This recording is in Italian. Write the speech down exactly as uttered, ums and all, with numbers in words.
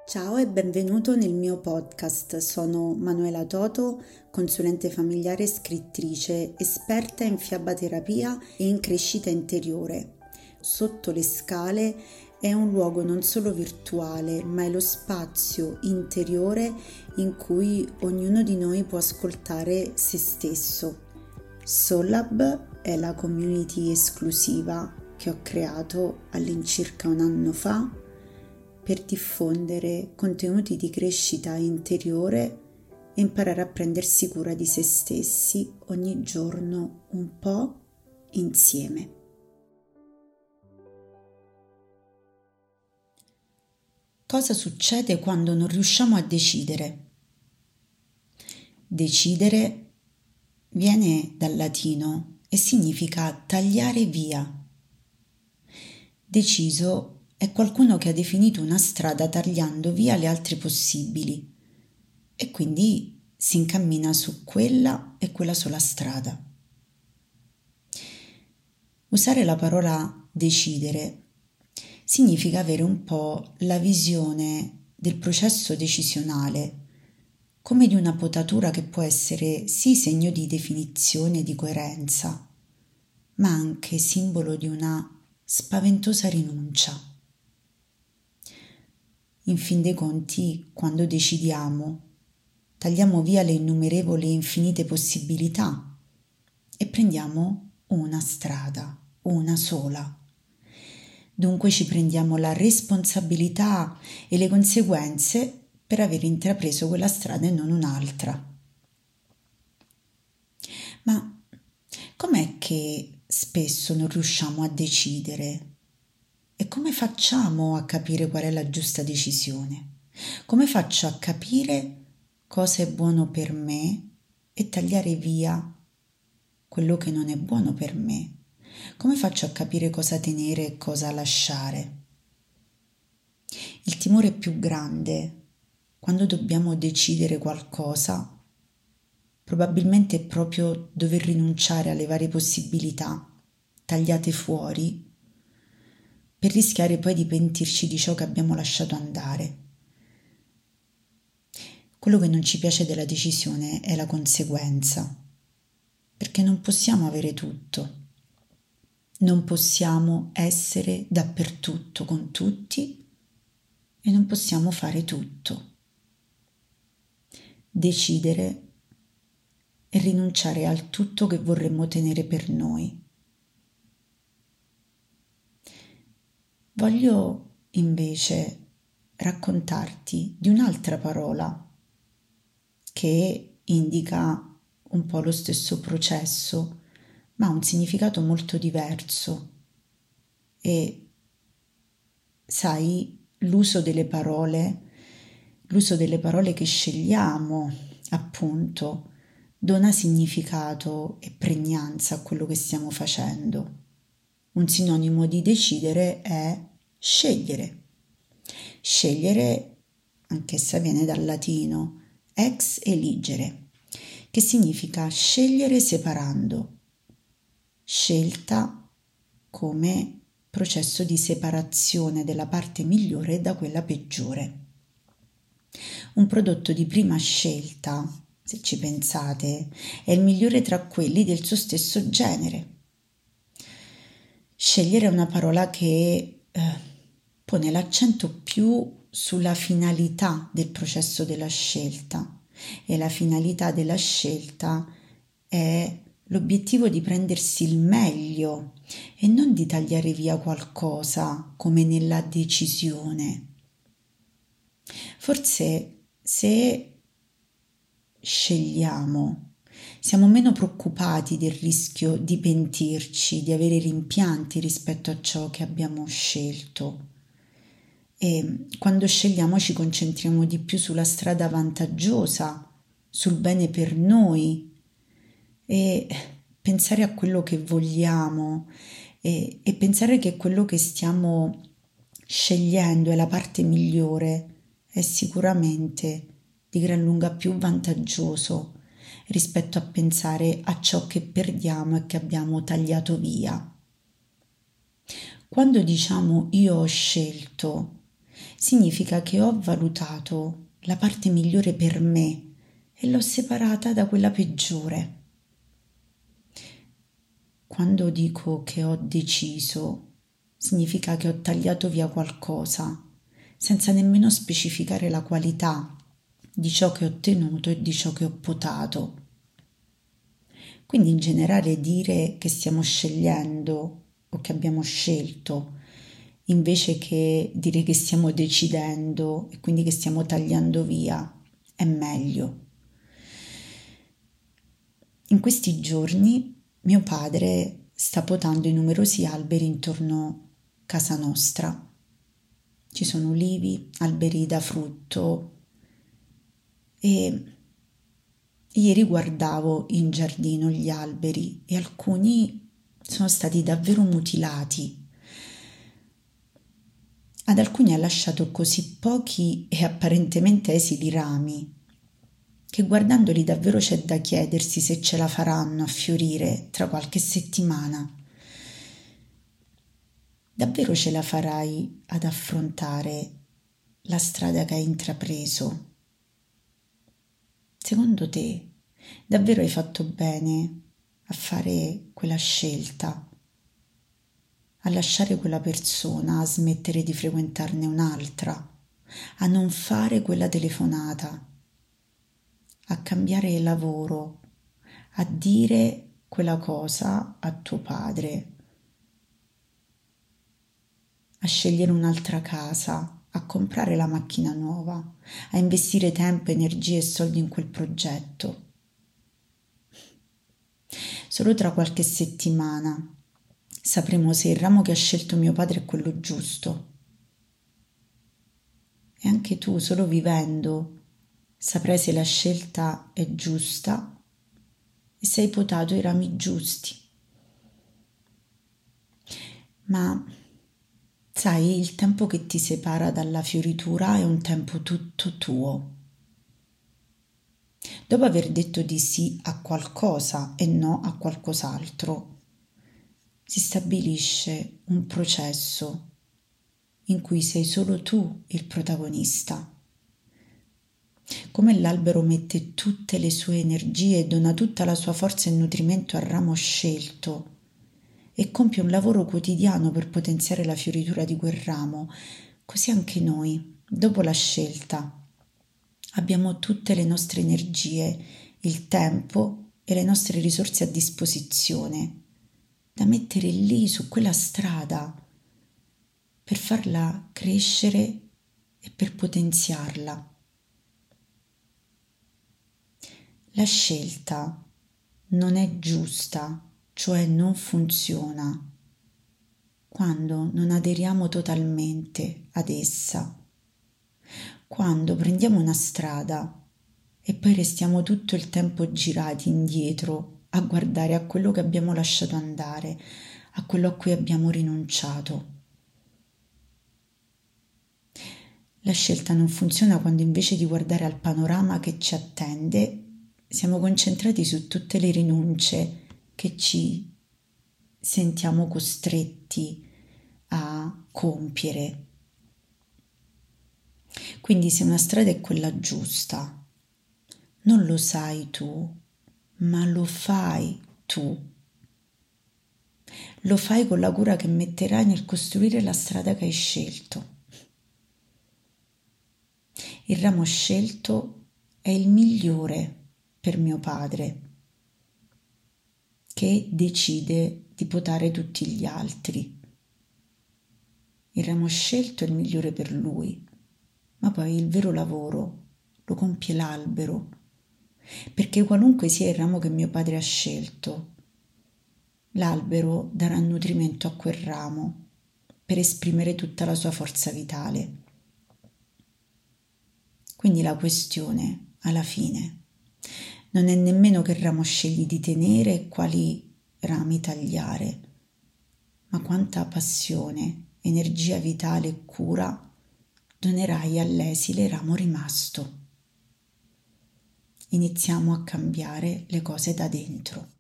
Ciao e benvenuto nel mio podcast. Sono Manuela Toto, consulente familiare e scrittrice, esperta in fiabaterapia e in crescita interiore. Sotto le scale è un luogo non solo virtuale, ma è lo spazio interiore in cui ognuno di noi può ascoltare se stesso. Sollab è la community esclusiva che ho creato all'incirca un anno fa per diffondere contenuti di crescita interiore e imparare a prendersi cura di se stessi ogni giorno un po' insieme. Cosa succede quando non riusciamo a decidere? Decidere viene dal latino e significa tagliare via. Deciso è qualcuno che ha definito una strada tagliando via le altre possibili e quindi si incammina su quella e quella sola strada. Usare la parola decidere significa avere un po' la visione del processo decisionale come di una potatura che può essere sì segno di definizione e di coerenza, ma anche simbolo di una spaventosa rinuncia. In fin dei conti, quando decidiamo, tagliamo via le innumerevoli e infinite possibilità e prendiamo una strada, una sola. Dunque ci prendiamo la responsabilità e le conseguenze per aver intrapreso quella strada e non un'altra. Ma com'è che spesso non riusciamo a decidere? E come facciamo a capire qual è la giusta decisione? Come faccio a capire cosa è buono per me e tagliare via quello che non è buono per me? Come faccio a capire cosa tenere e cosa lasciare? Il timore più grande quando dobbiamo decidere qualcosa probabilmente è proprio dover rinunciare alle varie possibilità tagliate fuori per rischiare poi di pentirci di ciò che abbiamo lasciato andare. Quello che non ci piace della decisione è la conseguenza, perché non possiamo avere tutto, non possiamo essere dappertutto con tutti e non possiamo fare tutto. Decidere e rinunciare al tutto che vorremmo tenere per noi. Voglio invece raccontarti di un'altra parola che indica un po' lo stesso processo, ma ha un significato molto diverso. E sai, l'uso delle parole, l'uso delle parole che scegliamo, appunto, dona significato e pregnanza a quello che stiamo facendo. Un sinonimo di decidere è scegliere. Scegliere, anch'essa viene dal latino ex eligere, che significa scegliere separando. Scelta come processo di separazione della parte migliore da quella peggiore. Un prodotto di prima scelta, se ci pensate, è il migliore tra quelli del suo stesso genere. Scegliere è una parola che eh, pone l'accento più sulla finalità del processo della scelta e la finalità della scelta è l'obiettivo di prendersi il meglio e non di tagliare via qualcosa come nella decisione. Forse se scegliamo siamo meno preoccupati del rischio di pentirci, di avere rimpianti rispetto a ciò che abbiamo scelto. E quando scegliamo ci concentriamo di più sulla strada vantaggiosa, sul bene per noi e pensare a quello che vogliamo e, e pensare che quello che stiamo scegliendo è la parte migliore è sicuramente di gran lunga più vantaggioso rispetto a pensare a ciò che perdiamo e che abbiamo tagliato via. Quando diciamo io ho scelto, significa che ho valutato la parte migliore per me e l'ho separata da quella peggiore. Quando dico che ho deciso, significa che ho tagliato via qualcosa, senza nemmeno specificare la qualità di ciò che ho ottenuto e di ciò che ho potato. Quindi in generale dire che stiamo scegliendo o che abbiamo scelto, invece che dire che stiamo decidendo e quindi che stiamo tagliando via, è meglio. In questi giorni mio padre sta potando i numerosi alberi intorno a casa nostra. Ci sono ulivi, alberi da frutto e ieri guardavo in giardino gli alberi e alcuni sono stati davvero mutilati. Ad alcuni ha lasciato così pochi e apparentemente esili rami che guardandoli davvero c'è da chiedersi se ce la faranno a fiorire tra qualche settimana. Davvero ce la farai ad affrontare la strada che hai intrapreso? Secondo te, davvero hai fatto bene a fare quella scelta, a lasciare quella persona, a smettere di frequentarne un'altra, a non fare quella telefonata, a cambiare lavoro, a dire quella cosa a tuo padre, a scegliere un'altra casa, a comprare la macchina nuova, a investire tempo, energie e soldi in quel progetto. Solo tra qualche settimana sapremo se il ramo che ha scelto mio padre è quello giusto. E anche tu, solo vivendo, saprai se la scelta è giusta e se hai potato i rami giusti. Ma sai, il tempo che ti separa dalla fioritura è un tempo tutto tuo. Dopo aver detto di sì a qualcosa e no a qualcos'altro, si stabilisce un processo in cui sei solo tu il protagonista. Come l'albero mette tutte le sue energie e dona tutta la sua forza e nutrimento al ramo scelto e compie un lavoro quotidiano per potenziare la fioritura di quel ramo, così anche noi, dopo la scelta, abbiamo tutte le nostre energie, il tempo e le nostre risorse a disposizione da mettere lì su quella strada per farla crescere e per potenziarla. La scelta non è giusta, cioè non funziona, quando non aderiamo totalmente ad essa. Quando prendiamo una strada e poi restiamo tutto il tempo girati indietro a guardare a quello che abbiamo lasciato andare, a quello a cui abbiamo rinunciato. La scelta non funziona quando invece di guardare al panorama che ci attende, siamo concentrati su tutte le rinunce che ci sentiamo costretti a compiere. Quindi se una strada è quella giusta, non lo sai tu, ma lo fai tu. Lo fai con la cura che metterai nel costruire la strada che hai scelto. Il ramo scelto è il migliore per mio padre, che decide di potare tutti gli altri. Il ramo scelto è il migliore per lui, ma poi il vero lavoro lo compie l'albero, perché qualunque sia il ramo che mio padre ha scelto, l'albero darà nutrimento a quel ramo per esprimere tutta la sua forza vitale. Quindi la questione, alla fine, non è nemmeno che ramo scegli di tenere e quali rami tagliare, ma quanta passione, energia vitale e cura donerai all'esile ramo rimasto. Iniziamo a cambiare le cose da dentro.